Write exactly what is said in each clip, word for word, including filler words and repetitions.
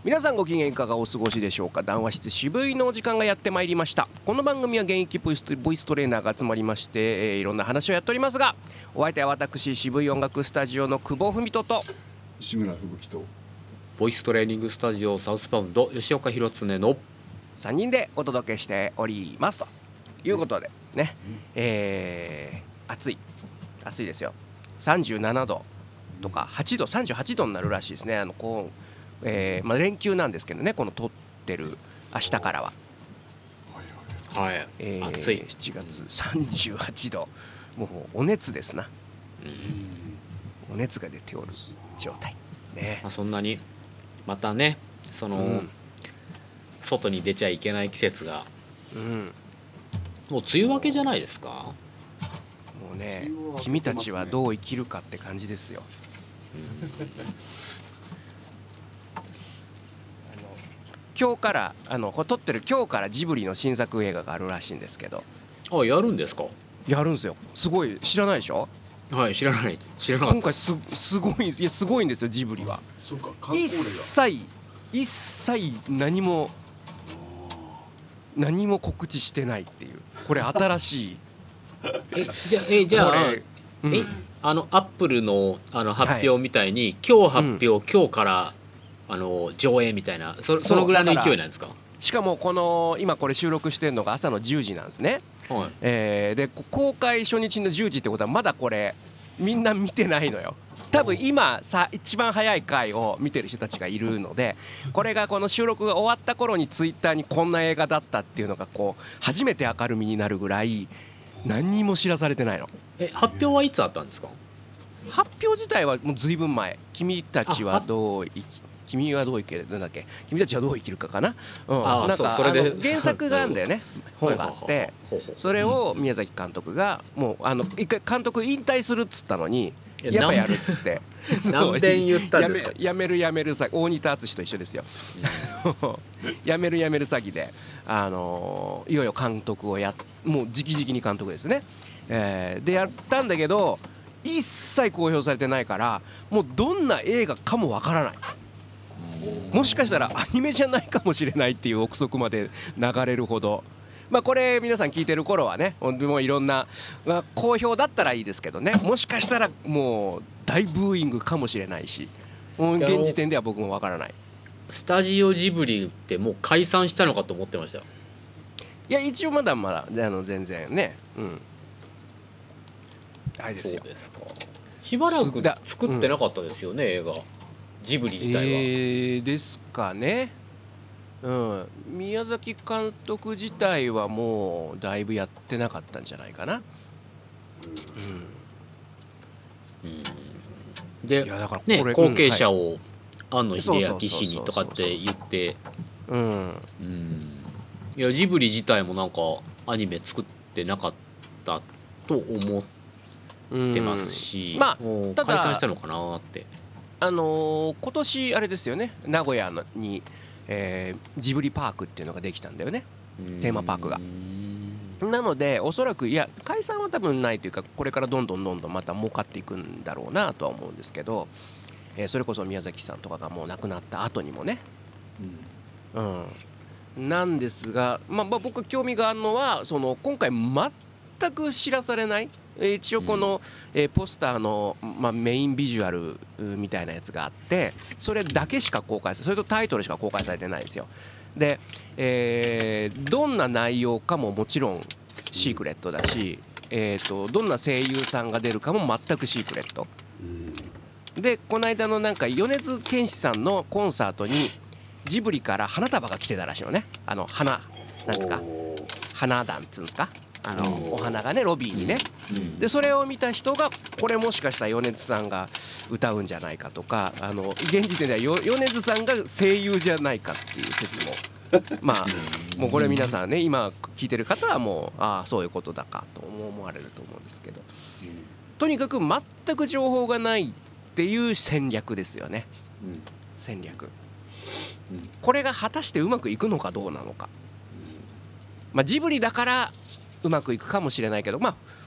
皆さんご機嫌いかがお過ごしでしょうか。談話室渋いのお時間がやってまいりました。この番組は現役ボイス、ボイストレーナーが集まりまして、えー、いろんな話をやっておりますが、お相手は私渋い音楽スタジオの久保文人と志村吹雪とボイストレーニングスタジオサウスバウンド吉岡弘恒のさんにんでお届けしておりますということでね、うん、えー、暑い暑いですよ。さんじゅうななどとかはちどさんじゅうはちどになるらしいですね。あのこうえーまあ、連休なんですけどね、この撮ってる明日からは、 はい、 えー、 暑いしちがつさんじゅうはちど、もうお熱ですな、うん、お熱が出ておる状態ね。 まあ、そんなにまたねその、うん、外に出ちゃいけない季節が、うん、もう梅雨明けじゃないですか。もうね、君たちはどう生きるかって感じですよ、うん今日からあの撮ってる今日からジブリの新作映画があるらしいんですけど。 あ、やるんですか。 やるんですよ。すごい、知らないでしょ。 はい、知らない知らなかった。 今回 す, すごいいやすごいんですよ、ジブリは。 そうか、 一切一切何も何も告知してないっていう、これ新しいえじゃあえじゃあえ、うん、あのアップルのあの発表みたいに、はい、今日発表、うん、今日からあの上映みたいな そ, そのぐらいの勢いなんですか。 しかもこの今これ収録してるのが朝のじゅうじなんですね、はい。えー、で公開初日のじゅうじってことはまだこれみんな見てないのよ。多分今さ一番早い回を見てる人たちがいるので、これがこの収録が終わった頃にツイッターにこんな映画だったっていうのがこう初めて明るみになるぐらい何にも知らされてないの。 え発表はいつあったんですか。 発表自体はもうずいぶん前。君たちはどう生き君はどう生きるなんだっけ君たちはどう生きるかかな、うん、なんかそれで原作があるんだよね本があって、それを宮崎監督がもうあの一回監督引退するっつったのにやっぱやるっつって何遍言ったんですか。 やめるやめる詐欺、大仁田敦と一緒ですよやめるやめる詐欺で、あのー、いよいよ監督をやもう直々に監督ですね、えー、でやったんだけど一切公表されてないから、もうどんな映画かもわからない。もしかしたらアニメじゃないかもしれないっていう憶測まで流れるほど、まあこれ皆さん聞いてる頃はねもういろんな、まあ、好評だったらいいですけどね、もしかしたらもう大ブーイングかもしれないし、もう現時点では僕もわからない。 スタジオジブリってもう解散したのかと思ってました。いや一応まだまだあの全然ね、うんあれですよ。 そうですか。しばらく作ってなかったですよね、うん、映画ジブリ自体は、えー、ですかね、うん、宮崎監督自体はもうだいぶやってなかったんじゃないかな、 うんうん、で、ね、後継者を庵野秀明氏にとかって言っていやジブリ自体もなんかアニメ作ってなかったと思ってますし、まあ、もう解散したのかなって。 あのー、今年あれですよね、名古屋に、えー、ジブリパークっていうのができたんだよね、テーマパークが。なのでおそらくいや解散は多分ないというか、これからどんどんどんどんまた儲かっていくんだろうなとは思うんですけど、えー、それこそ宮崎さんとかがもう亡くなった後にもね、うんうん、なんですが、まあ、まあ僕興味があるのはその今回全く知らされない、一応この、えー、ポスターの、まあ、メインビジュアルみたいなやつがあって、それだけしか公開され、それとタイトルしか公開されてないんですよ。で、えー、どんな内容かももちろんシークレットだし、えーと、どんな声優さんが出るかも全くシークレットで、この間のなんか米津玄師さんのコンサートにジブリから花束が来てたらしいのね。あの花なんですか、花壇っつうんですか、あのお花がねロビーにね、でそれを見た人がこれもしかしたら米津さんが歌うんじゃないかとか、あの現時点ではよ米津さんが声優じゃないかっていう説もまあもうこれ皆さんね今聞いてる方はもうああそういうことだかと思われると思うんですけど、とにかく全く情報がないっていう戦略ですよね、戦略。これが果たしてうまくいくのかどうなのか、まあジブリだからうまくいくかもしれないけど、まあ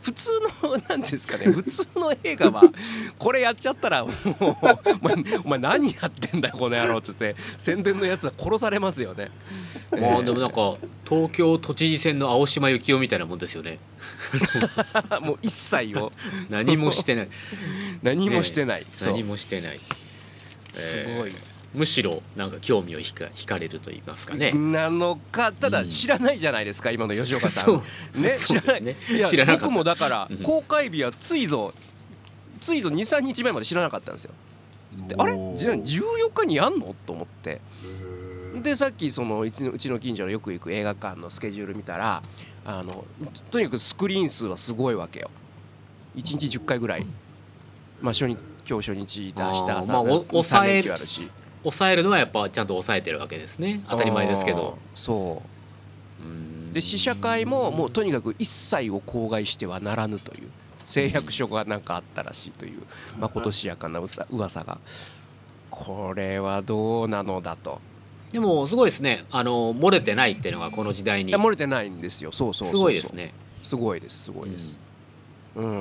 普通のなんていうんですかね、普通の映画はこれやっちゃったらもうお前お前何やってんだよこの野郎っつって宣伝のやつは殺されますよね。 まあでもなんか東京都知事選の青島幸男みたいなもんですよね。 もう一切を何もしてない何もしてない、 ね、 そう何もしてない、 すごい、 えーむしろなんか興味を引か引かれると言いますかね。 なのか、ただ知らないじゃないですか、うん、今の吉岡さん。 そうね、 そうですね、 知らない。いや知らなかった。 僕もだから公開日はついぞついぞ にさんにちまえまで知らなかったんですよ。であれじゃあじゅうよっかにやんのと思って、でさっきそのうちのうちの近所のよく行く映画館のスケジュール見たら、あのとにかくスクリーン数はすごいわけよ。いちにちじゅっかいぐらい、まあ、初日今日初日で明日朝まあ、 さん連休あるし、 抑えるのはやっぱちゃんと抑えてるわけですね。当たり前ですけど。 そううんで試写会ももうとにかく一切を口外してはならぬという誓約書がなんかあったらしいという、まことしやかな噂が、これはどうなのだと。 でもすごいですね、あの漏れてないっていうのがこの時代に。 いや漏れてないんですよ。そうそうそうそう、 すごいですね。 すごいですすごいです。うん、うん、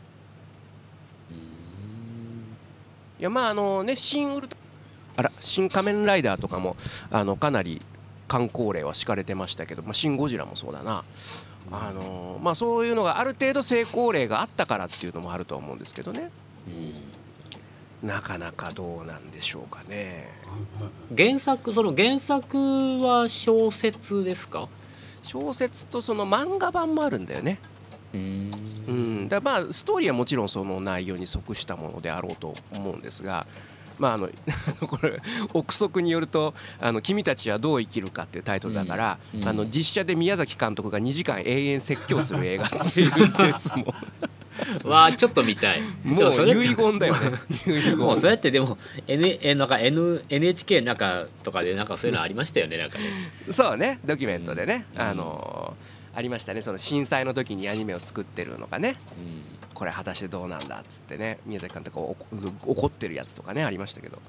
いやまああのね、新ウルトあら新仮面ライダーとかもあのかなり観光令は敷かれてましたけど、まあ、シン・ゴジラもそうだな、あのまあ、そういうのがある程度成功例があったからっていうのもあると思うんですけどね、うん、なかなかどうなんでしょうかね。 原作その原作は小説ですか？ 小説とその漫画版もあるんだよね。うん、うん、だまあストーリーはもちろんその内容に即したものであろうと思うんですが、まあ、あのこれ憶測によるとあの君たちはどう生きるかっていうタイトルだから、うんうん、あの実写で宮崎監督がにじかん永遠説教する映画っていう説もわあちょっと見たい。 もう遺言だよね。 もうそうやってでも N なんか N エヌエイチケー なんかとかでなんかそういうのありましたよね、なんかね。 そうね、ドキュメントでね、 うん、 あのー、ありましたね。その震災の時にアニメを作ってるのがね、うん、これ果たしてどうなんだっつってね、宮崎監督が怒ってるやつとかねありましたけど。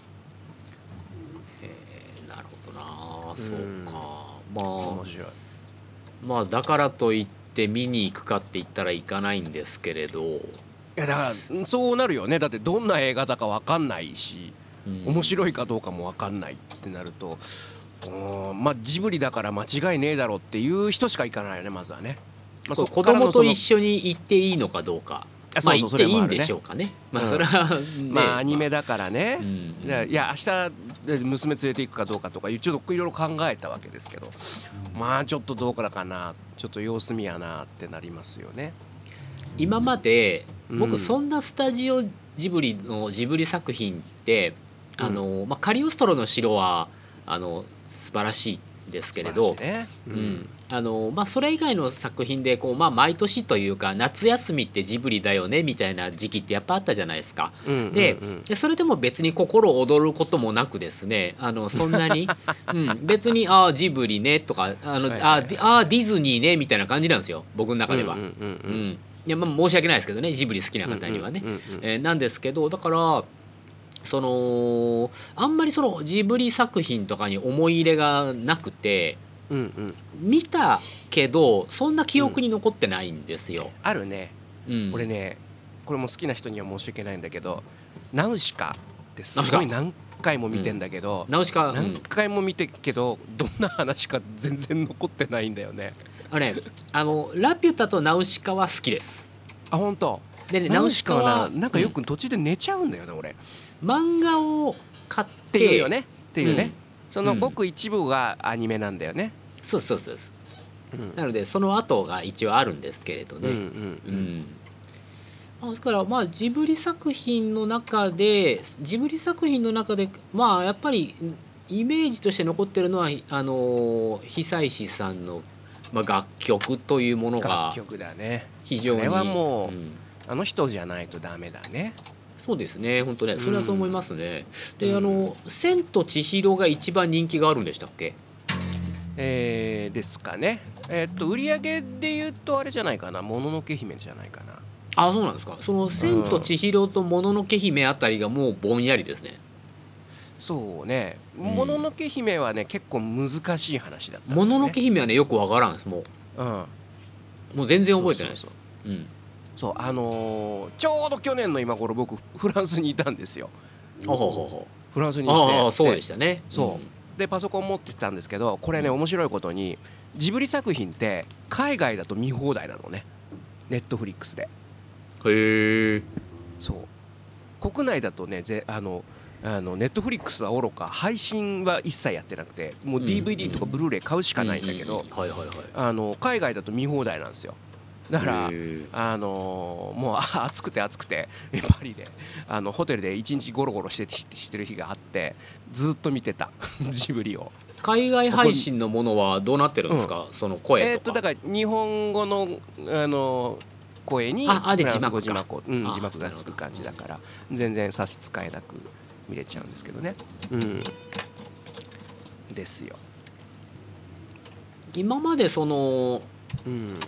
へえ、なるほどな、うん、そうか。 まあ面白い。 まあだからといって見に行くかって言ったら行かないんですけれど。いやだからそうなるよね。だってどんな映画だか分かんないし、うん、面白いかどうかも分かんないってなると、まあジブリだから間違いねえだろうっていう人しか行かないよね、まずはね。 まあ、子供と一緒に行っていいのかどうか、まあ行っていいんでしょうかね。まあそれは、ね、 まあアニメだからね、うん、いや明日娘連れて行くかどうかとかちょっといろいろ考えたわけですけど、まあちょっとどうかかな、ちょっと様子見やなってなりますよね。 今まで僕そんなスタジオジブリのジブリ作品って、うん、あのまあカリオストロの城はあの素晴らしいですけれど、ね、うんうん、あのまあ、それ以外の作品でこう、まあ、毎年というか夏休みってジブリだよねみたいな時期ってやっぱあったじゃないですか。うんうんうん、で, でそれでも別に心躍ることもなくですね、あのそんなに、うん、別にああジブリねとかあの、はいはいはい、ああディズニーねみたいな感じなんですよ、僕の中では。うんうんうんうん、いや、まあ、申し訳ないですけどね、ジブリ好きな方にはね、うんうんうんうん、えー、なんですけど、だからそのあんまりそのジブリ作品とかに思い入れがなくて、うんうん、見たけどそんな記憶に残ってないんですよ。うん、 あるね、うん、俺ねこれも好きな人には申し訳ないんだけど、ナウシカってすごい何回も見てんだけど、うん、 ナウシカ、 何回も見てけどどんな話か全然残ってないんだよね。 あれあのラピュタとナウシカは好きです。 あ、本当。 でね、 ナウシカは な, なんかよく途中で寝ちゃうんだよね、うん、俺。 漫画を買ってっていうよねっていうね、うん、そのごく一部がアニメなんだよね。 そうそうそう、うん、なのでその後が一応あるんですけれどね。うんうんうん、だからまあジブリ作品の中でジブリ作品の中でまあやっぱりイメージとして残ってるのはあの久石さんの、まあ、楽曲というものが非常に、 あれはもう、うん、あの人じゃないとダメだね。 そうですね、本当ね、それはそう思いますね。うん、で、あの千と千尋が一番人気があるんでしたっけ？ えー、ですかね。えー、っと売り上げで言うとあれじゃないかな、もののけ姫じゃないかな。 あ、そうなんですか。その千と千尋ともののけ姫あたりがもうぼんやりですね。 そうね、もののけ姫はね結構難しい話だった、ね。 もののけ姫はねよくわからんです、もう。うん。もう全然覚えてないです。そうそうそう、 うん、 そうあのー、ちょうど去年の今頃僕フランスにいたんですよ。 ほほほほフランスにしてああそうでしたね。 そう、 うん、 でパソコン持ってたんですけど、これね面白いことにジブリ作品って海外だと見放題なのね、ネットフリックスで。 へえ。 そう国内だとねぜあのあのネットフリックスはおろか配信は一切やってなくて、もう ディーブイディー とかブルーレイ買うしかないんだけど、あの海外だと見放題なんですよ。だからあのもう暑くて暑くてパリであのホテルで一日ゴロゴロしてしてる日があって、ずっと見てたジブリを。 海外配信のものはどうなってるんですか、うん、その声とか。 えー、っとだから日本語のあの声にフランス語字幕、うん、字幕がつく感じだから全然差し支えなく見れちゃうんですけどね。うんですよ。 今までそのうん、 う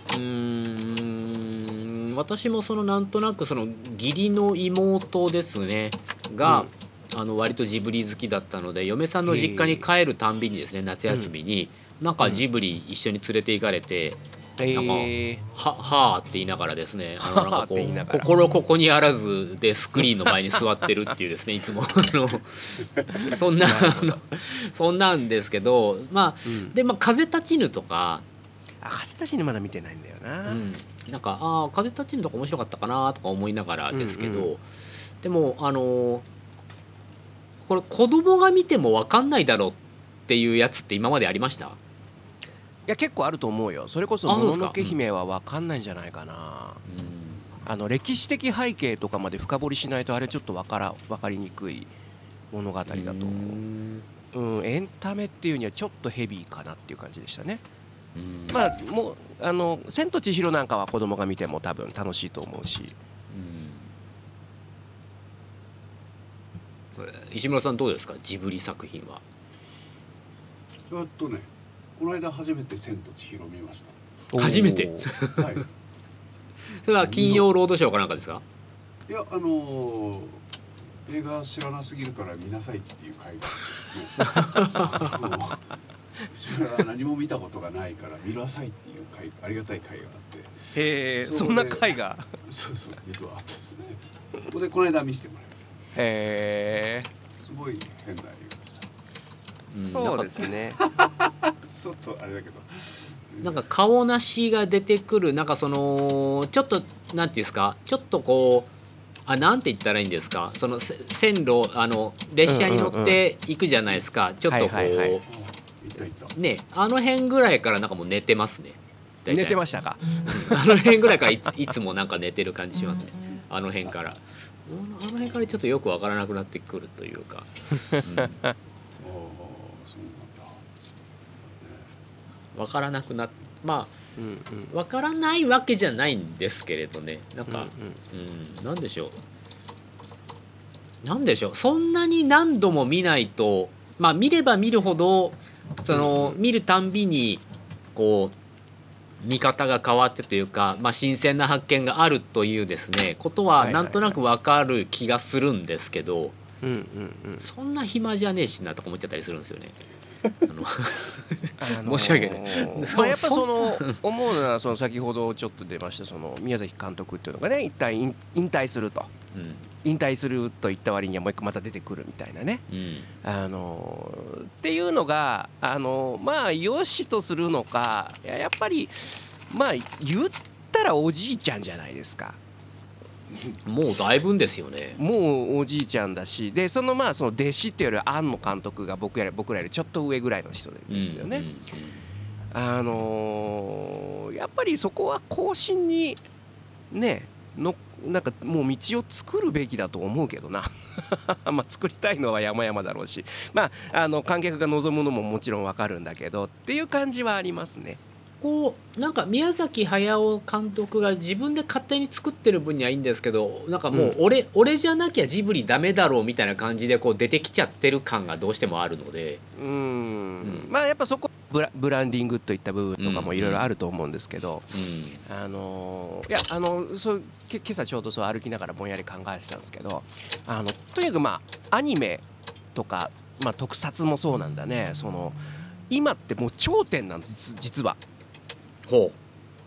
ーん私もそのなんとなくその義理の妹ですねが、うん、あの割とジブリ好きだったので、嫁さんの実家に帰るたんびにですね、夏休みになんかジブリ一緒に連れて行かれて、なんかははあって言いながらですね、あのなんかこう心ここにあらずでスクリーンの前に座ってるっていうですね、いつもそんなそんなんですけど、まあ、うん、でまあ風立ちぬとか。 あ、風立ちぬまだ見てないんだよな。 うん、なんかああ風立ちぬとか面白かったかなとか思いながらですけど、うんうん、でもあのー、これ子供が見ても分かんないだろうっていうやつって今までありました？ いや結構あると思うよ。それこそもののけ姫は分かんないんじゃないかな。うん、あの歴史的背景とかまで深掘りしないとあれちょっと分から分かりにくい物語だと思う。うん、うん、エンタメっていうにはちょっとヘビーかなっていう感じでしたね。まあもうあの千と千尋なんかは子供が見ても多分楽しいと思うし。 うん、石村さんどうですか、ジブリ作品は。 えっとねこの間初めて千と千尋見ました。 初めてはいそれは金曜ロードショーかなんかですか？ いやあのー、映画知らなすぎるから見なさいっていう回があってですね何も見たことがないから見なさいっていう回、ありがたい回があって、 へえ、そんな回がそうそう実はあってですね、ここでこの間見せてもらいました。 へえ、 すごい変な映画でした。 うん、そうですねちょっとあれだけどなんか顔なしが出てくる、なんかそのちょっとなんていうんですか、ちょっとこうあなんて言ったらいいんですか、その線路あの列車に乗っていくじゃないですか、ちょっとこうね、あの辺ぐらいからなんかもう寝てますね。 寝てましたか？ あの辺ぐらいからい つ, いつもなんか寝てる感じしますね。あの辺からあの辺からちょっとよくわからなくなってくるというか、うん、わからなくなっまあ、うんうん、わからないわけじゃないんですけれどね、なんか、うんうん、なんでしょうなんでしょうそんなに何度も見ないと、まあ見れば見るほどその、うんうん、見るたんびにこう見方が変わってというか、まあ、新鮮な発見があるというですねことはなんとなく分かる気がするんですけど、うんうんうん、そんな暇じゃねえしなとか思っちゃったりするんですよね。あの申し訳ない、 まあ、やっぱその思うのはその先ほどちょっと出ましたその宮崎監督っていうのがね一旦引退すると、うん、引退すると言った割にはもう一回また出てくるみたいなね、うん、あのっていうのがあのまあ良しとするのか、やっぱりまあ言ったらおじいちゃんじゃないですか。 もうだいぶんですよね。 もうおじいちゃんだし、でそのまあその弟子っていうより庵野監督が僕や僕らよりちょっと上ぐらいの人ですよね。うんうんうん、あのー、やっぱりそこは後進にねのなんかもう道を作るべきだと思うけどなまあ作りたいのは山々だろうし、まああの観客が望むのももちろんわかるんだけどっていう感じはありますね。 こうなんか宮崎駿監督が自分で勝手に作ってる分にはいいんですけど、なんかもう 俺,、うん、俺じゃなきゃジブリダメだろうみたいな感じでこう出てきちゃってる感がどうしてもあるので、 うん、うん、まあやっぱそこブ ラ, ブランディングといった部分とかもいろいろあると思うんですけど、うんうん、あのいやあのそうけ今朝ちょうどそう歩きながらぼんやり考えてたんですけど、あのとにかくまあアニメとか、まあ、特撮もそうなんだね。その今ってもう頂点なんです実は。 ほ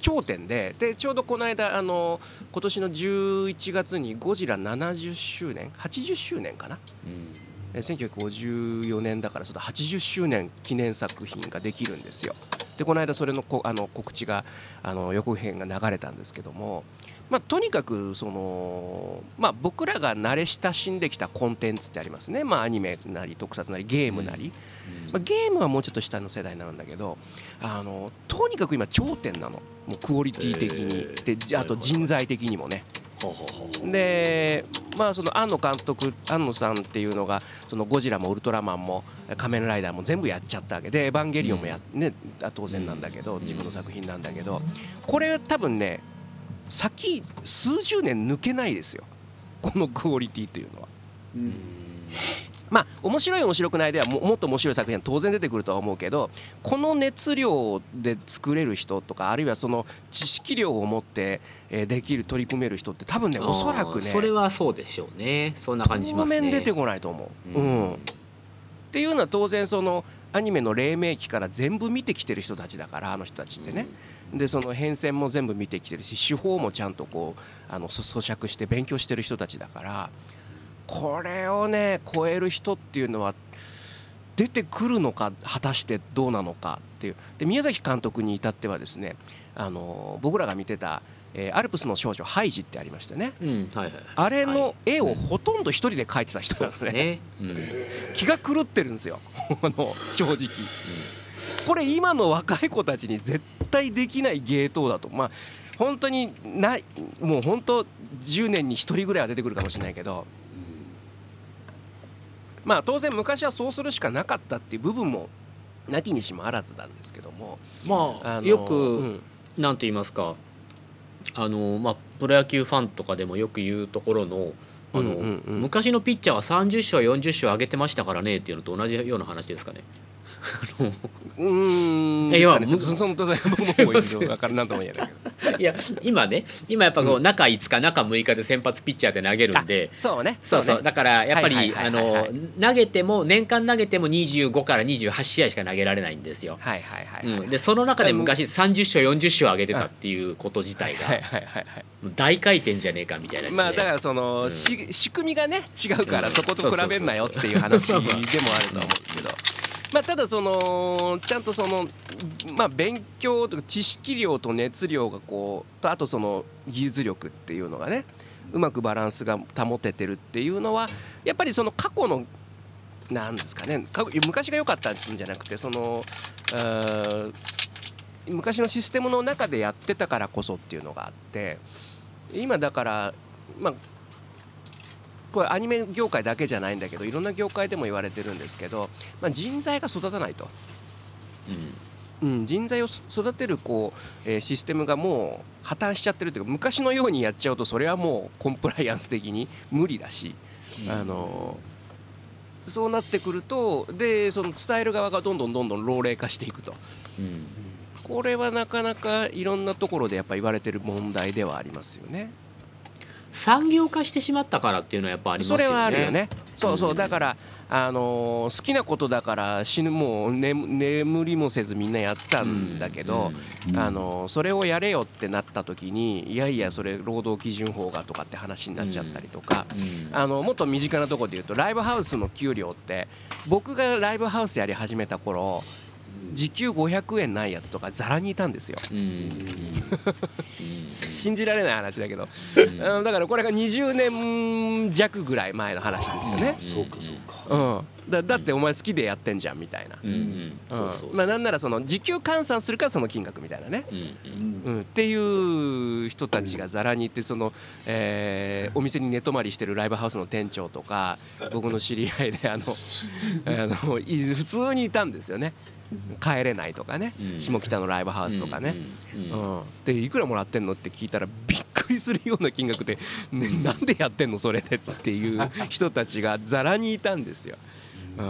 頂点で、でちょうどこの間あの今年のじゅういちがつにゴジラななじゅっしゅうねんはちじゅっしゅうねんかな、うん、せんきゅうひゃくごじゅうよねんだからそのはちじゅっしゅうねん記念作品ができるんですよ。でこの間それのこあの告知があの予告編が流れたんですけども、まあ、とにかくその、まあ、僕らが慣れ親しんできたコンテンツってありますね、まあ、アニメなり特撮なりゲームなり、うんまあ、ゲームはもうちょっと下の世代なんだけど、あのとにかく今頂点なの、もうクオリティ的に、であと人材的にもね。でまあその庵野監督、庵野さんっていうのがそのゴジラもウルトラマンも仮面ライダーも全部やっちゃったわけで、エヴァンゲリオンもや、ね、当然なんだけど自分の作品なんだけど、これ多分ね先数十年抜けないですよ、このクオリティというのは。うんまあ面白い面白くないでは も, もっと面白い作品は当然出てくるとは思うけど、この熱量で作れる人とか、あるいはその知識量を持ってできる取り組める人って多分ねおそらくねそれはそうでしょうね。そんな感じしますね。 当面出てこないと思う、うんうん、っていうのは当然そのアニメの黎明期から全部見てきてる人たちだから、あの人たちってね、うん、でその変遷も全部見てきてるし、手法もちゃんとこうあの咀嚼して勉強してる人たちだから、これをね超える人っていうのは出てくるのか、果たしてどうなのかっていう。で宮崎監督に至ってはですね、あの僕らが見てた、えー、アルプスの少女ハイジってありましたね、うんはいはい、あれの絵をほとんど一人で描いてた人なんですね、うん、気が狂ってるんですよあの正直、うん、これ今の若い子たちに絶対できない芸当だと、まあ本当にないもう本当じゅうねんにひとりぐらいは出てくるかもしれないけど、まあ当然昔はそうするしかなかったっていう部分もなきにしもあらずなんですけども、 まあ、あよく、うん、なんて言いますか、あの、まあ、プロ野球ファンとかでもよく言うところの、あの、うんうんうん、昔のピッチャーはさんじゅっしょうよんじゅっしょう上げてましたからねっていうのと同じような話ですかね。 うーん、いやそそのと僕も分からなんとも言えないけどいや今ね今やっぱこう中いつか中むいかで先発ピッチャーで投げるんで、 そうねそうそうだからやっぱりあの投げても年間投げてもにじゅうごからにじゅうはちしあいしか投げられないんですよ。はいはいはいはい。でその中で昔さんじゅっしょうよんじゅっしょう上げてたっていうこと自体が大回転じゃねえかみたいな、ね、 まあだからその、うん、し仕組みがね違うからそこと比べんなよっていう話でもあると思うけど。まあ、ただそのちゃんとその、まあ、勉強とか知識量と熱量がこうとあとその技術力っていうのがねうまくバランスが保ててるっていうのはやっぱりその過去のなんですかね、昔が良かったんじゃなくてその昔のシステムの中でやってたからこそっていうのがあって、今だからまあこれアニメ業界だけじゃないんだけどいろんな業界でも言われてるんですけど、まあ、人材が育たないと、うんうん、人材を育てるこう、えー、システムがもう破綻しちゃってるというか、昔のようにやっちゃうとそれはもうコンプライアンス的に無理だし、うん、あのそうなってくるとでその伝える側がどんどんどんどん老齢化していくと、うん、これはなかなかいろんなところでやっぱ言われてる問題ではありますよね。 産業化してしまったからっていうのはやっぱありますよね。 それはあるよね。そうそう、だからあのー、好きなことだから死ぬもう、ね、眠りもせずみんなやったんだけど、うんうん、あのー、それをやれよってなった時にいやいやそれ労働基準法がとかって話になっちゃったりとか、うん、あのもっと身近なところで言うとライブハウスの給料って僕がライブハウスやり始めた頃時給ごひゃくえんないやつとかザラにいたんですよ、うん、信じられない話だけど、うん、だからこれがにじゅうねんじゃくぐらい前の話ですよね。 そうかそうか、 うん、だ, だってお前好きでやってんじゃんみたいな、まあなんならその時給換算するからその金額みたいなね、うんうん、っていう人たちがザラにいてその、えー、お店に寝泊まりしてるライブハウスの店長とか僕の知り合いであのあの普通にいたんですよね。帰れないとかね、うん、下北のライブハウスとかね、うんうんうん、でいくらもらってんのって聞いたらびっくりするような金額で、ね、なんでやってんのそれでっていう人たちがざらにいたんですよ、うん、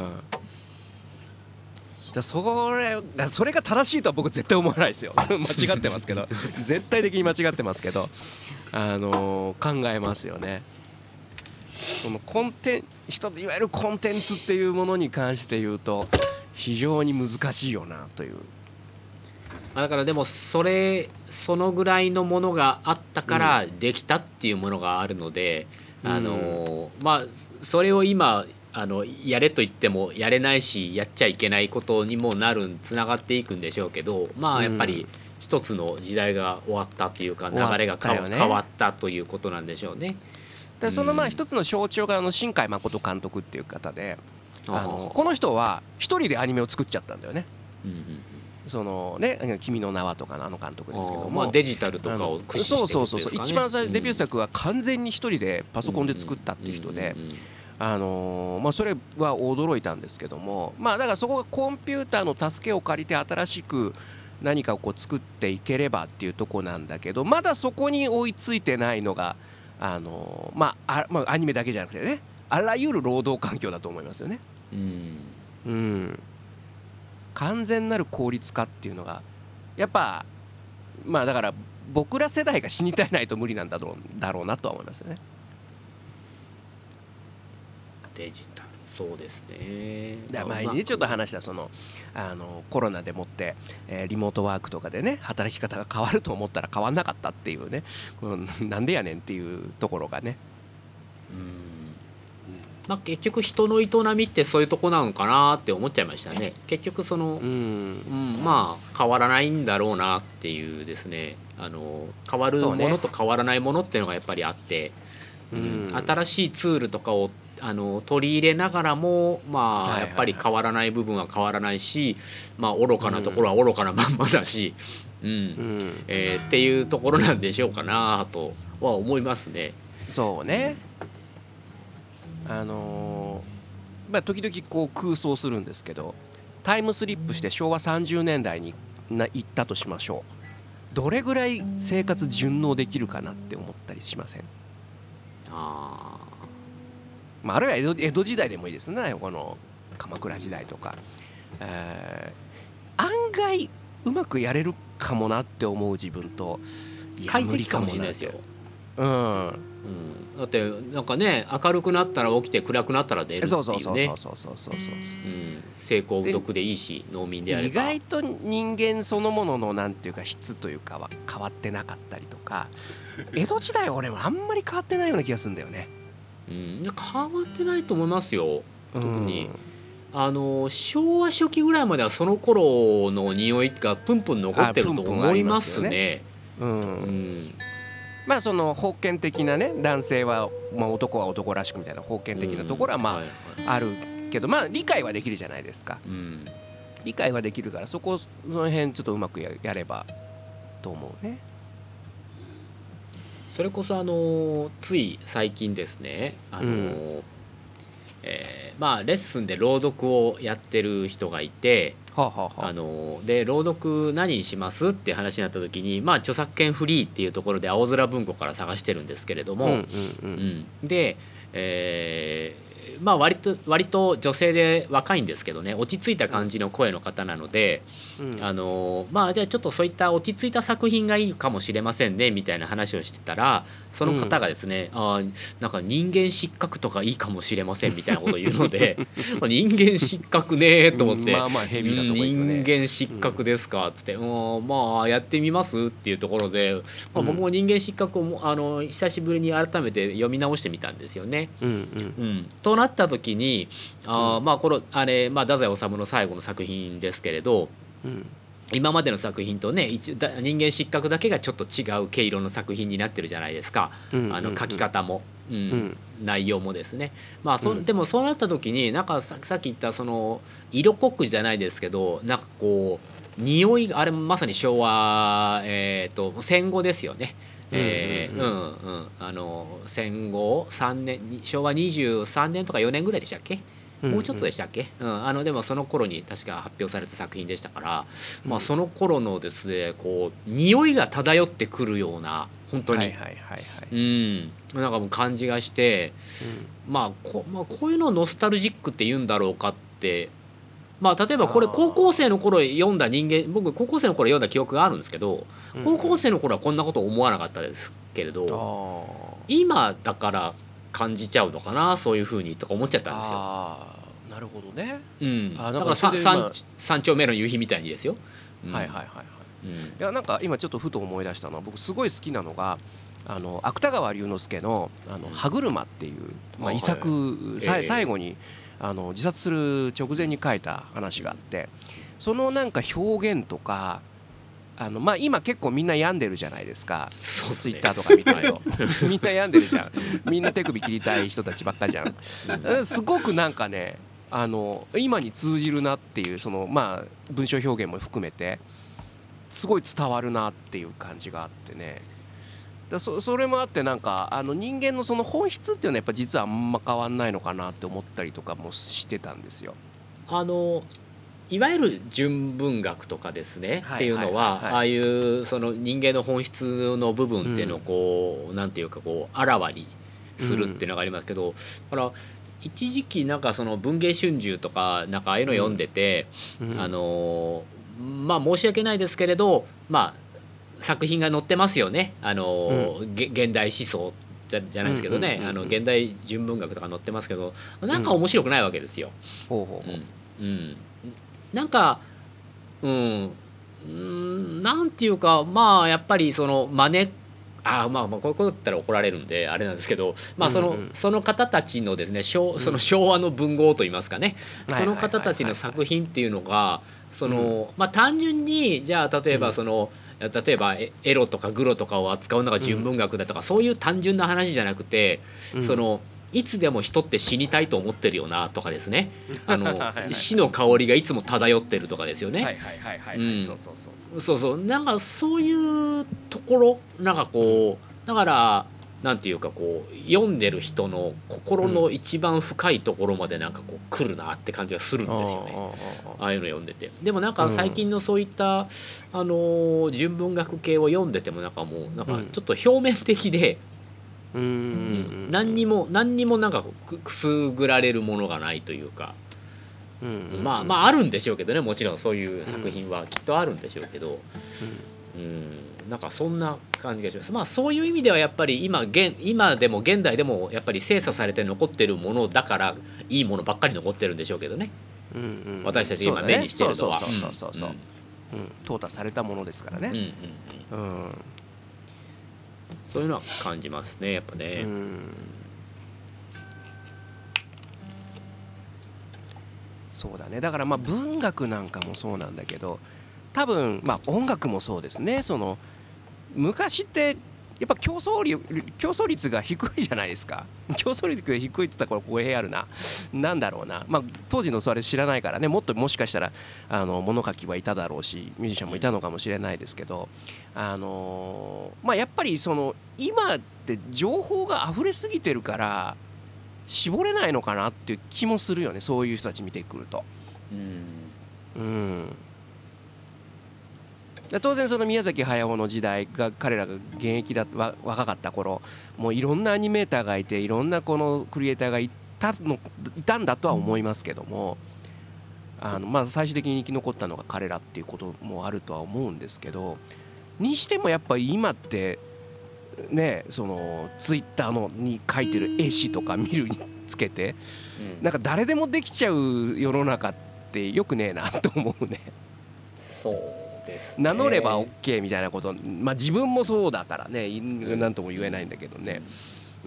だそれがそれが正しいとは僕絶対思わないですよ間違ってますけど絶対的に間違ってますけど、あのー、考えますよね。そのコンテン人いわゆるコンテンツっていうものに関して言うと非常に難しいよなという。 だからでもそれそのぐらいのものがあったからできたっていうものがあるので、うん、あのまあそれを今あのやれと言ってもやれないしやっちゃいけないことにもなるつながっていくんでしょうけど、まあやっぱり一つの時代が終わったっていうか流れが変わ、ね、変わったということなんでしょうね。 でそのまあ一つの象徴があの新海誠監督っていう方で、あのこの人は一人でアニメを作っちゃったんだよね。うんうん、そのね、君の名はとかのあの監督ですけども、 まあ、デジタルとかを駆使してるんですかね。 そうそうそうそう、一番最初デビュー作は完全に一人でパソコンで作ったっていう人で、あのー、まあそれは驚いたんですけども、まあだからそこがコンピューターの助けを借りて新しく何かをこう作っていければっていうとこなんだけど、まだそこに追いついてないのがあのー、まああまあアニメだけじゃなくてね、あらゆる労働環境だと思いますよね。うん、うん、完全なる効率化っていうのがやっぱまあだから僕ら世代が死に絶えないと無理なんだろう、だろうなとは思いますよね。 デジタルそうですね。 だ前にねちょっと話したそのあのコロナでもって、えー、リモートワークとかでね働き方が変わると思ったら変わんなかったっていうね、このなんでやねんっていうところがね。 うん、まあ、結局人の営みってそういうとこなのかなって思っちゃいましたね。結局その、うん、うん、まあ変わらないんだろうなっていうですね、あの変わるものと変わらないものっていうのがやっぱりあって、う、ね、うん、新しいツールとかをあの取り入れながらも、まあ、やっぱり変わらない部分は変わらないし、まあ、愚かなところは愚かなまんまだし、うんうんえー、っていうところなんでしょうかなとは思いますね。 そうね、あのーまあ、時々こう空想するんですけど、タイムスリップしてしょうわさんじゅうねんだいにな行ったとしましょう。どれぐらい生活順応できるかなって思ったりしません？あまあ、あるいは江戸、江戸時代でもいいですね、この鎌倉時代とか、えー、案外うまくやれるかもなって思う自分と、 いや無理かもしれないですよ。うん、うん、だってなんかね明るくなったら起きて暗くなったら出るっていうね。そうそうそうそうそうそうそうそう、成功得でいいし農民であれば意外と人間そのもののなんていうか質というかは変わってなかったりとか、江戸時代は俺はあんまり変わってないような気がするんだよね。 うん、変わってないと思いますよ。特に、うん、あの昭和初期ぐらいまではその頃の匂いがプンプン残ってると思いますね。 うん、うん、まあその封建的なね、男性は、まあ、男は男らしくみたいな封建的なところはまあ、うんはいはい、あるけど、まあ理解はできるじゃないですか。うん、理解はできるからそこその辺ちょっとうまく や, やればと思うね。 それこそあのつい最近ですね、あの、うんえー、まあレッスンで朗読をやってる人がいて、はあはあ、あので朗読何にしますって話になった時に、まあ著作権フリーっていうところで青空文庫から探してるんですけれども、うんうんうんうん、で、えーまあ、割と割と女性で若いんですけどね、落ち着いた感じの声の方なので、うん、あのまあじゃあちょっとそういった落ち着いた作品がいいかもしれませんねみたいな話をしてたら、その方がですね、うん、あなんか人間失格とかいいかもしれませんみたいなことを言うので人間失格ねと思って、まあまあヘビーなとこ行くね、人間失格ですかっつって、うん、まあやってみますっていうところで、まあ、僕も人間失格をもあの久しぶりに改めて読み直してみたんですよね。うんうんうん、となった時にあ、うん、まあこのあれ、まあ、太宰治の最後の作品ですけれど、うん、今までの作品とね一人間失格だけがちょっと違う毛色の作品になってるじゃないですか、うんうんうん、あの書き方も、うんうん、内容もですね、まあそ、うん、でもそうなった時になんか さ, さっき言ったその色濃くじゃないですけど、なんかこう匂いがあれまさに昭和、えー、と戦後ですよね。えー、うんうんあの戦後さんねん昭和にじゅうさんねんとかよねんぐらいでしたっけ、もうちょっとでしたっけ、うん、あのでもその頃に確か発表された作品でしたから、まあ、その頃のですねこう匂いが漂ってくるような本当に、はいはいはいはい、うん、なんかもう感じがして、うん、まあこ、まあこういうのをノスタルジックって言うんだろうかって、まあ、例えばこれ高校生の頃読んだ人間、僕高校生の頃読んだ記憶があるんですけど、高校生の頃はこんなこと思わなかったですけれど、今だから感じちゃうのかな、そういう風にとか思っちゃったんですよ。あなるほどね、 うん、あだからさ三丁目の夕日みたいにですよ、うん、はいはいはいはい、 うん、いやなんか今ちょっとふと思い出したのは僕すごい好きなのがあの芥川龍之介の「あの歯車」っていう、まあ、遺作、はい、最後にあの自殺する直前に書いた話があってそのなんか表現とかあのまあ今結構みんな病んでるじゃないですかツイッターとか見てるとみんな病んでるじゃんみんな手首切りたい人たちばっかじゃんすごくなんかねあの今に通じるなっていうそのまあ文章表現も含めてすごい伝わるなっていう感じがあってねだ そ, それもあってなんかあの人間のその本質っていうのはやっぱ実はあんま変わんないのかなって思ったりとかもしてたんですよ。 あのいわゆる純文学とかですね、はい、っていうのは、はいはいはい、ああいうその人間の本質の部分っていうのをこう、うん、なんていうかこうあらわにするっていうのがありますけど、うん、だから一時期なんかその文藝春秋とかなんかああいうの読んでて、うん、あのまあ申し訳ないですけれどまあ作品が載ってますよねあの、うん、現代思想じ ゃ, じゃないですけどね、うんうんうんうん、あの現代純文学とか載ってますけどなんか面白くないわけですよ。うんうん、なんかうんなんていうかまあやっぱりその真似あまあまあこういうこと言ったら怒られるんであれなんですけど、まあその、うんうん、その方たちのですね昭その昭和の文豪といいますかね、うん、その方たちの作品っていうのがそのまあ単純にじゃあ例えばその、うん、例えばエロとかグロとかを扱うのが純文学だとか、うん、そういう単純な話じゃなくて、うん、そのいつでも人って死にたいと思ってるよなとかですねあの死の香りがいつも漂ってるとかですよね。そうそうそうなんかそういうところなんかこうだからなんていうかこう読んでる人の心の一番深いところまでなんかこう来るなって感じがするんですよね、ああいうの読んでて。でもなんか最近のそういった、あの純文学系を読んでてもなんかもうなんかちょっと表面的で、うん、何にも何にもなんかくすぐられるものがないというか、うん、まあまああるんでしょうけどねもちろんそういう作品はきっとあるんでしょうけど、うん、うん、なんかそんな感じがします。まあそういう意味ではやっぱり今現今でも現代でもやっぱり精査されて残ってるものだからいいものばっかり残ってるんでしょうけどね、うんうん、私たち今目にしてるのは淘汰されたものですからね、うんうんうんうん、 そういうのは感じますねやっぱね。うん、 そうだねだからまあ文学なんかもそうなんだけど多分まあ音楽もそうですねその昔ってやっぱ競争率、競争率が低いじゃないですか競争率が低いって言ったらこれ語弊あるななんだろうな、まあ、当時のそれ知らないからねもっともしかしたらあの物書きはいただろうしミュージシャンもいたのかもしれないですけどあのーまあ、やっぱりその今って情報が溢れすぎてるから絞れないのかなっていう気もするよねそういう人たち見てくると。うん、うん当然その宮崎駿の時代が彼らが現役だわ若かった頃もういろんなアニメーターがいていろんなこのクリエイターがいたのいたんだとは思いますけどもあのまあ最終的に生き残ったのが彼らっていうこともあるとは思うんですけどにしてもやっぱり今ってねそのツイッターのに書いてる絵師とか見るにつけてなんか誰でもできちゃう世の中ってよくねえなと思うね。 そう名乗れば OK みたいなこと、まあ、自分もそうだからね何とも言えないんだけどね、うん、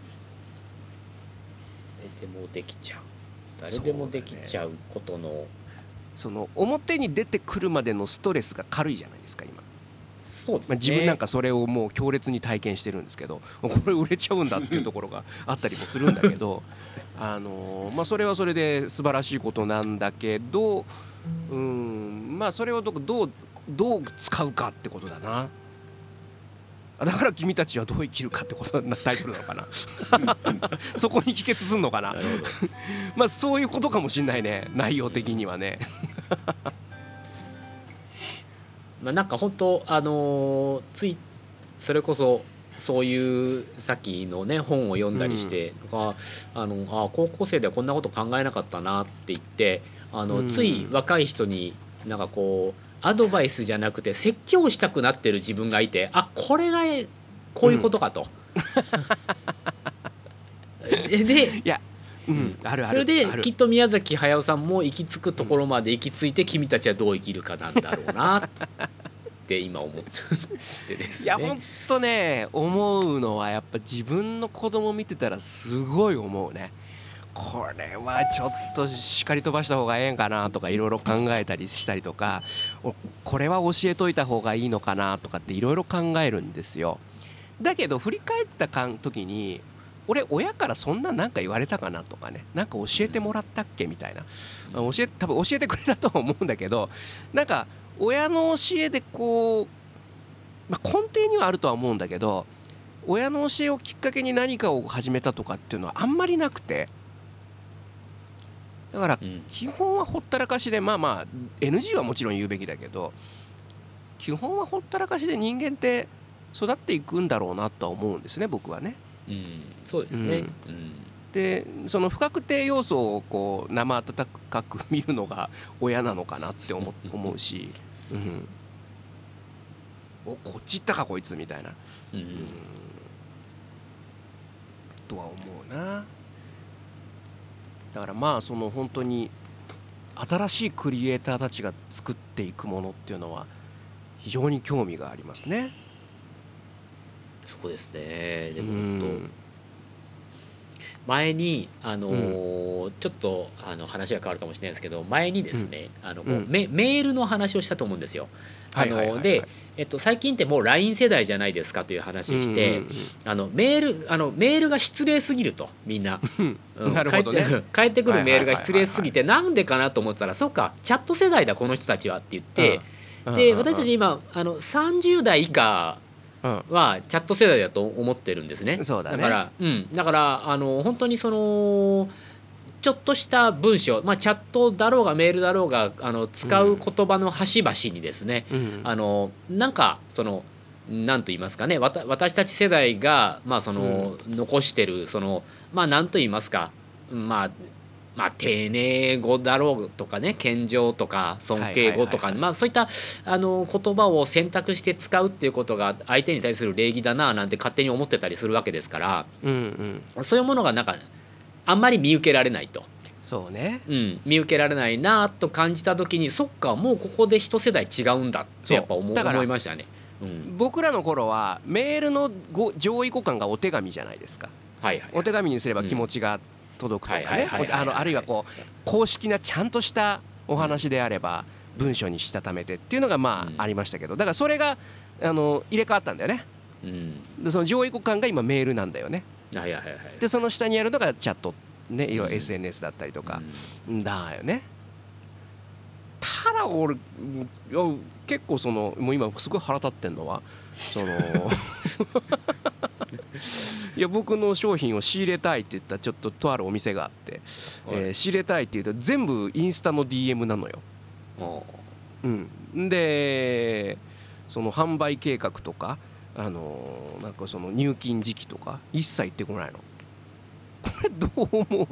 誰でもできちゃう誰でもできちゃうことの そ,、ね、 その表に出てくるまでのストレスが軽いじゃないですか今。 そうですね、 まあ、自分なんかそれをもう強烈に体験してるんですけどこれ売れちゃうんだっていうところがあったりもするんだけどあの、まあ、それはそれで素晴らしいことなんだけどうんまあそれをどう、どう、どう使うかってことだな。だから君たちはどう生きるかってことなタイトルなのかなそこに帰結すんのかななるほどまあそういうことかもしんないね内容的にはねまあなんか本当あのついそれこそそういうさっきのね本を読んだりして、うん、あのあ高校生ではこんなこと考えなかったなって言ってあの、うん、つい若い人になんかこうアドバイスじゃなくて説教したくなってる自分がいてあこれがこういうことかと、うん、でいや、うん、あるあるそれできっと宮崎駿さんも行き着くところまで行き着いて君たちはどう生きるかなんだろうなって今思ってですね。 いやほんとね思うのはやっぱ自分の子供見てたらすごい思うね。これはちょっと叱り飛ばした方がええんかなとかいろいろ考えたりしたりとか、これは教えといた方がいいのかなとかっていろいろ考えるんですよ。だけど振り返った時に俺親からそんななんか言われたかなとかね、なんか教えてもらったっけみたいな、教え多分教えてくれたとは思うんだけど、なんか親の教えでこう、まあ、根底にはあるとは思うんだけど親の教えをきっかけに何かを始めたとかっていうのはあんまりなくて、だから基本はほったらかしで、まあまあ エヌジー はもちろん言うべきだけど基本はほったらかしで人間って育っていくんだろうなとは思うんですね僕はね。 うん、そうですね、うん、 でその不確定要素をこう生温かく見るのが親なのかなって思思うし、うん、おこっち行ったかこいつみたいな、うん、とは思うな。だからまあその本当に新しいクリエイターたちが作っていくものっていうのは非常に興味がありますね。 そうですね。でも本当前にあのーうん、ちょっとあの話が変わるかもしれないですけど、前にですね、うん、あのこう、うん、メ, メールの話をしたと思うんですよ。あので、えっと、最近ってもう ライン 世代じゃないですかという話をして、うんうんうん、あのメールあのメールが失礼すぎるとみんな、 うん、なるほどね、 返ってくるメールが失礼すぎてなんでかなと思ってたら、そうかチャット世代だこの人たちはって言って、うん、で私たち今あのさんじゅう代以下はチャット世代だと思ってるんですね。 そうだね。 だから、うん、だからあの本当にそのちょっとした文章、まあ、チャットだろうがメールだろうがあの使う言葉の端々にですね、うん、あのなんかその何と言いますかね、わた私たち世代が、まあ、その残してるそのまあ何と言いますか、まあまあ、丁寧語だろうとかね、謙譲とか尊敬語とか、まあそういったあの言葉を選択して使うっていうことが相手に対する礼儀だななんて勝手に思ってたりするわけですから、うんうん、そういうものがなんかあんまり見受けられないと。 そうね、 うん、見受けられないなと感じた時に、そっかもうここで一世代違うんだってやっぱ 思, 思いましたね。 うん、僕らの頃はメールのご上位互換がお手紙じゃないですか、はいはいはい、お手紙にすれば気持ちが届くとかね、あるいはこう公式なちゃんとしたお話であれば文章にしたためてっていうのがまあありましたけど、だからそれがあの入れ替わったんだよね、うん、でその上位互換が今メールなんだよね。はいはいはい、でその下にあるのがチャットね、いろいろ エスエヌエス だったりとか、うん、だよね。ただ俺いや結構そのもう今すごい腹立ってんのはそのいや僕の商品を仕入れたいって言ったらちょっととあるお店があって、えー、仕入れたいって言うと全部インスタの ディーエム なのよ。うん、でその販売計画とか、あのー、なんかその入金時期とか一切言ってこないの。これどう思う？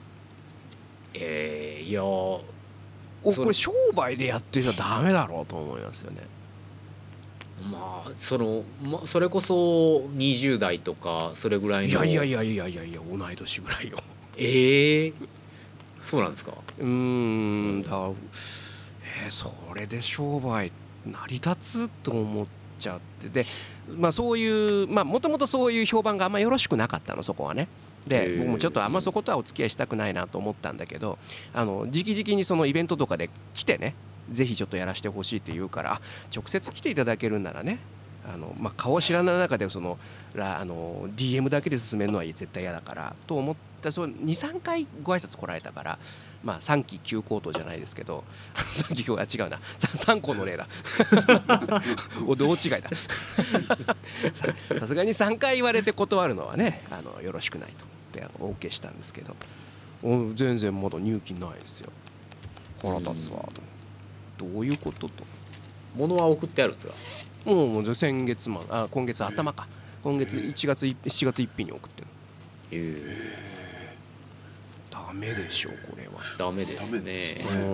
えー、いやおこれ商売でやってるじゃダメだろうと思いますよね。 まあその、ま、それこそにじゅう代とかそれぐらいの。 いやいやいやいやいやいや同い年ぐらいよ。 ええー、そうなんですか。 うーんだから、えー、それで商売成り立つと思っちゃってで、まあそういうまあもともとそういう評判があんまよろしくなかったのそこはね。で僕もちょっとあんまそことはお付き合いしたくないなと思ったんだけど、あの直々にそのイベントとかで来てね、ぜひちょっとやらせてほしいって言うから、直接来ていただけるんならね、あの、まあ、顔知らない中でそのあの ディーエム だけで進めるのは絶対嫌だからと思ったその にさんかいご挨拶来られたから、まあ、さんききゅう口頭じゃないですけどさんききゅうは違うなさんこの例だお同違いださすがにさんかい言われて断るのはねあのよろしくないと思って OK したんですけど、全然まだ入金ないですよ。腹立つわと。どういうことと。 物は送ってあるんですか。 もうもう先月まあ今月頭か、今月いちがつしちがつついたちに送ってる。へえ。ダメでしょこれは。 ダメですね。うん。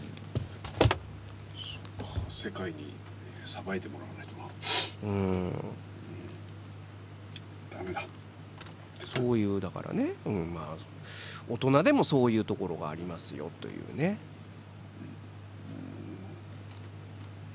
世界にさばいてもらわないとな。うん。ダメだ。 そういうだからね、うん、まあ大人でもそういうところがありますよというね。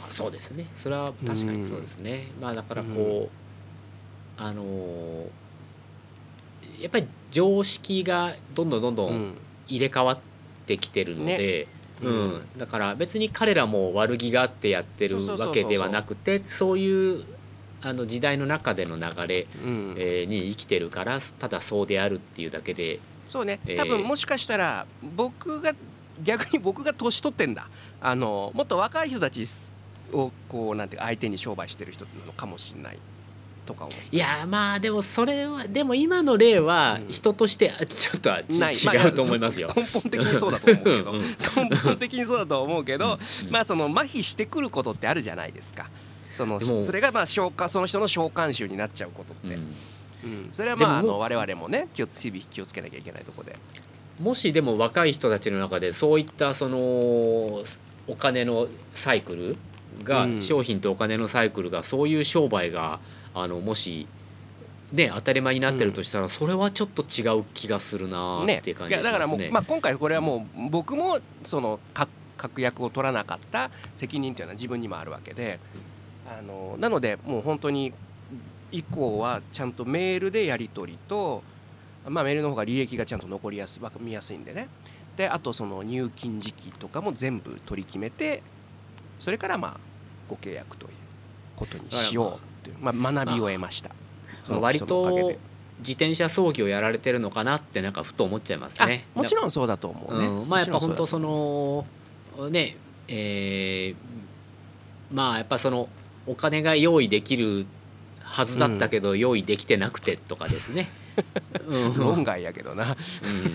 あそうですね、それは確かにそうですね、うん、まあだからこう、うん、あのー、やっぱり常識がどんどんどんどん入れ替わってきてるので、ね、うん、だから別に彼らも悪気があってやってるわけではなくて、そういうあの時代の中での流れ、うん、えー、に生きてるからただそうであるっていうだけで、 そうね、多分もしかしたら僕が逆に僕が年取ってんだ、あのもっと若い人たちをこうなんていうか相手に商売してる人なのかもしれないとか思う。 いやまあでもそれはでも今の例は人としてちょっとはち、うん、違うと思いますよ。 根本的にそうだと思うけどうん、根本的にそうだと思うけど、うん、まあその麻痺してくることってあるじゃないですか。そのそれがまあ召喚その人の召喚集になっちゃうことって、うんうん、それはまああの我々もね気をつ日々気をつけなきゃいけないところで。 もしでも若い人たちの中でそういったそのお金のサイクルが、うん、商品とお金のサイクルがそういう商売があのもしね当たり前になってるとしたら、うん、それはちょっと違う気がするなっていう感じがしますね。 だからもう、まあ、今回これはもう僕もその確約を取らなかった責任というのは自分にもあるわけで、あのなのでもう本当に以降はちゃんとメールでやり取りと、まあ、メールの方が履歴がちゃんと残りやすい見やすいんでね、であとその入金時期とかも全部取り決めて、それからまあご契約ということにしようという、まあ、学びを得ました。 まあ、割と自転車操業やられてるのかなってなんかふと思っちゃいますね。 もちろんそうだと思うね、 うん、まあやっぱ本当そのねえー、まあやっぱそのお金が用意できるはずだったけど用意できてなくてとかですね、 うん、論外やけどな、うん、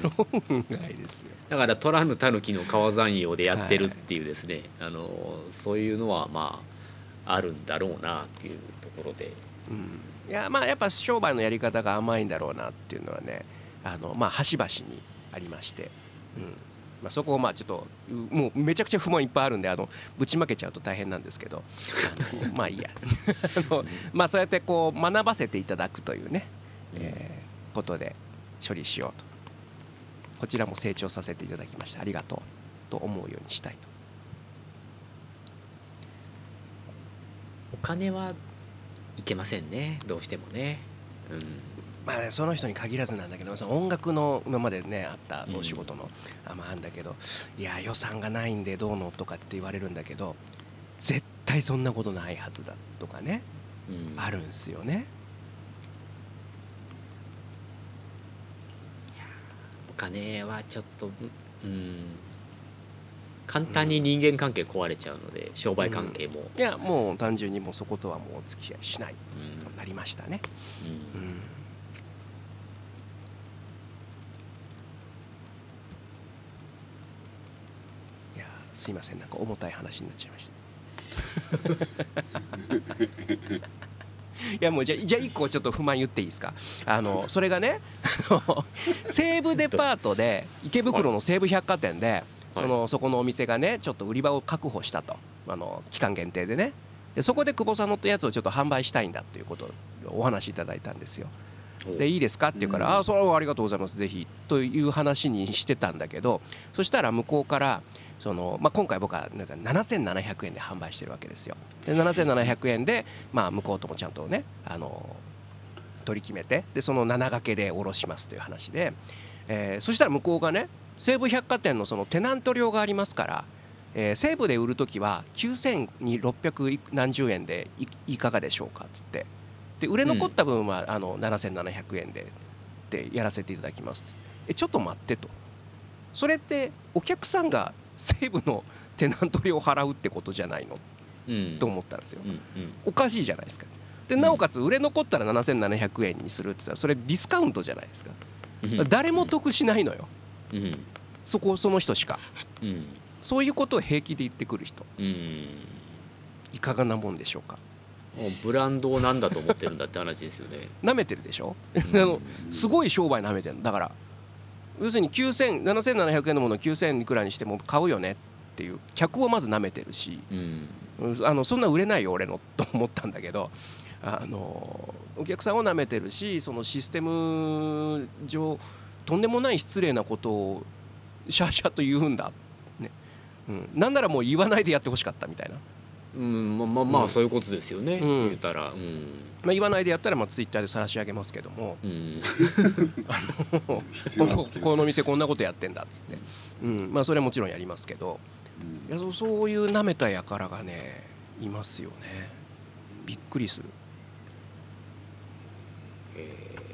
論外ですよ。 だから取らぬ狸の川山用でやってるっていうですね、はい、あのそういうのはまああるんだろうなっていうところで、 うん、いやまあやっぱ商売のやり方が甘いんだろうなっていうのはね、あのまあ端々にありまして、うん、まあ、そこをまあちょっともうめちゃくちゃ不満いっぱいあるんで、あのぶちまけちゃうと大変なんですけど、あのまあいいやあの、まあ、そうやってこう学ばせていただくというね、えー、ことで処理しようと、こちらも成長させていただきましてありがとうと思うようにしたいと。 お金はいけませんね、どうしてもね、うん、 まあね、その人に限らずなんだけど、その音楽の今までねあったお仕事の、うん、あまああんだけど、いや予算がないんでどうのとかって言われるんだけど、絶対そんなことないはずだとかね、うん、あるんですよね。 お金はちょっと、うん、簡単に人間関係壊れちゃうので、うん、商売関係も、 うん、いやもう単純にもうそことはもうお付き合いしないとなりましたね、うんうん、いやすいません、なんか重たい話になっちゃいましたいやもうじゃあじゃあいっこちょっと不満言っていいですか。あのそれがね西武デパートで池袋の西武百貨店でそのそこのお店がねちょっと売り場を確保したと、あの期間限定でね、でそこで久保さんのやつをちょっと販売したいんだということをお話しいただいたんですよ。でいいですかって言うから、ああそれはありがとうございますぜひという話にしてたんだけど、そしたら向こうからその、まあ、今回僕はなんかななせんななひゃくえんで販売してるわけですよ。でななせんななひゃくえんで、まあ、向こうともちゃんとねあの取り決めて、でそのなな掛けで下ろしますという話で、えー、そしたら向こうがね西武百貨店のそのテナント料がありますから、えー、西武で売るときはきゅうせんろっぴゃくなんじゅうえんで い, いかがでしょうかっつって、で売れ残った分は、うん、あのななせんななひゃくえんででやらせていただきますって。えちょっと待ってと、それってお客さんが西武のテナント料を払うってことじゃないの、うん、と思ったんですよ、うんうん、おかしいじゃないですか。でなおかつ売れ残ったらななせんななひゃくえんにするって言ったらそれディスカウントじゃないですか、うん、誰も得しないのよ、うん、そこその人しか、うん、そういうことを平気で言ってくる人、うん、いかがなもんでしょうか。 ブランドを何だと思ってるんだって話ですよねなめてるでしょあのすごい商売なめてる。だから要するにきゅうせんななせんななひゃくえんのものをきゅうせんいくらにしても買うよねっていう客をまずなめてるし、うん、あのそんな売れないよ俺のと思ったんだけど、あのお客さんをなめてるし、そのシステム上とんでもない失礼なことをシャーシャーと言うんだ、ね、うん、なんならもう言わないでやってほしかったみたいなうんまあまあまあそういうことですよね、 うん、 言ったら、うんまあ、言わないでやったらまあツイッターで晒し上げますけども、うん、この, この店こんなことやってんだっつって、うんまあ、それはもちろんやりますけど、うん、いや そ, そういうなめたやからがねいますよね。びっくりする。 え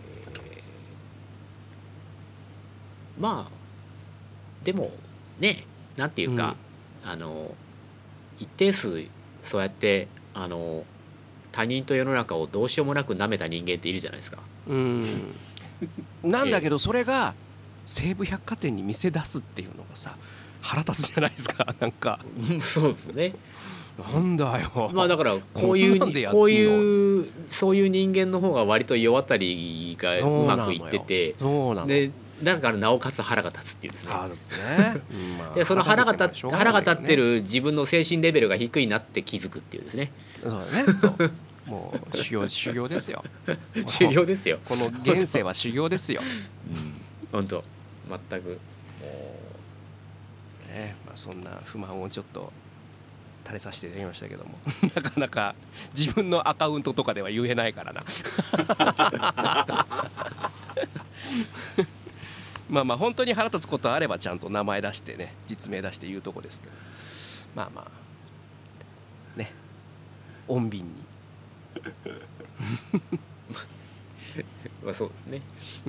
ー、まあでもねなんていうか、うん、あの一定数そうやってあの他人と世の中をどうしようもなく舐めた人間っているじゃないですか。 うんなんだけどそれが西武百貨店に店出すっていうのがさ腹立つじゃないですか。なんかそうですね。 なんだよ。 まあだからこういうこういうそういう人間の方が割と世渡りがうまくいってて、でだからなおかつ腹が立つっていうですね。 あですね。 まあ、でその腹が立腹が立ってる自分の精神レベルが低いなって気づくっていうですね。 そうだね。そう。もう修行修行ですよ。 修行ですよ。 この現世は修行ですよ。 本当全く。 ね、まあそんな不満をちょっと垂れさせていただきましたけども、なかなか自分のアカウントとかでは言えないからな。まあまあ本当に腹立つことあればちゃんと名前出してね実名出して言うとこですけど、まあまあね穏便にまあそうですね、 うん、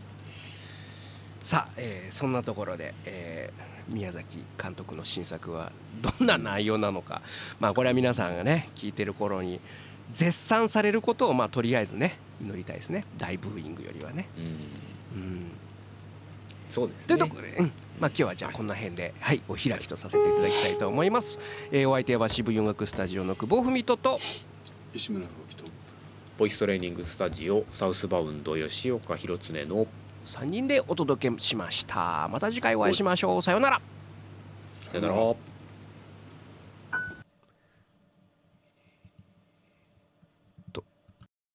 さあ、えー、そんなところで、えー、宮崎監督の新作はどんな内容なのか、まあこれは皆さんがね聞いてる頃に絶賛されることをまあとりあえずね祈りたいですね。大ブーイングよりはね、うん、うん、 そうですね。 というところで、うん、まあ今日はじゃあこんな辺で、はい、お開きとさせていただきたいと思います。えー、お相手は渋い音楽スタジオの久保文人と石村吹とボイストレーニングスタジオサウスバウンド吉岡弘恒のさんにんでお届けしました。また次回お会いしましょう。さようなら。 さようなら。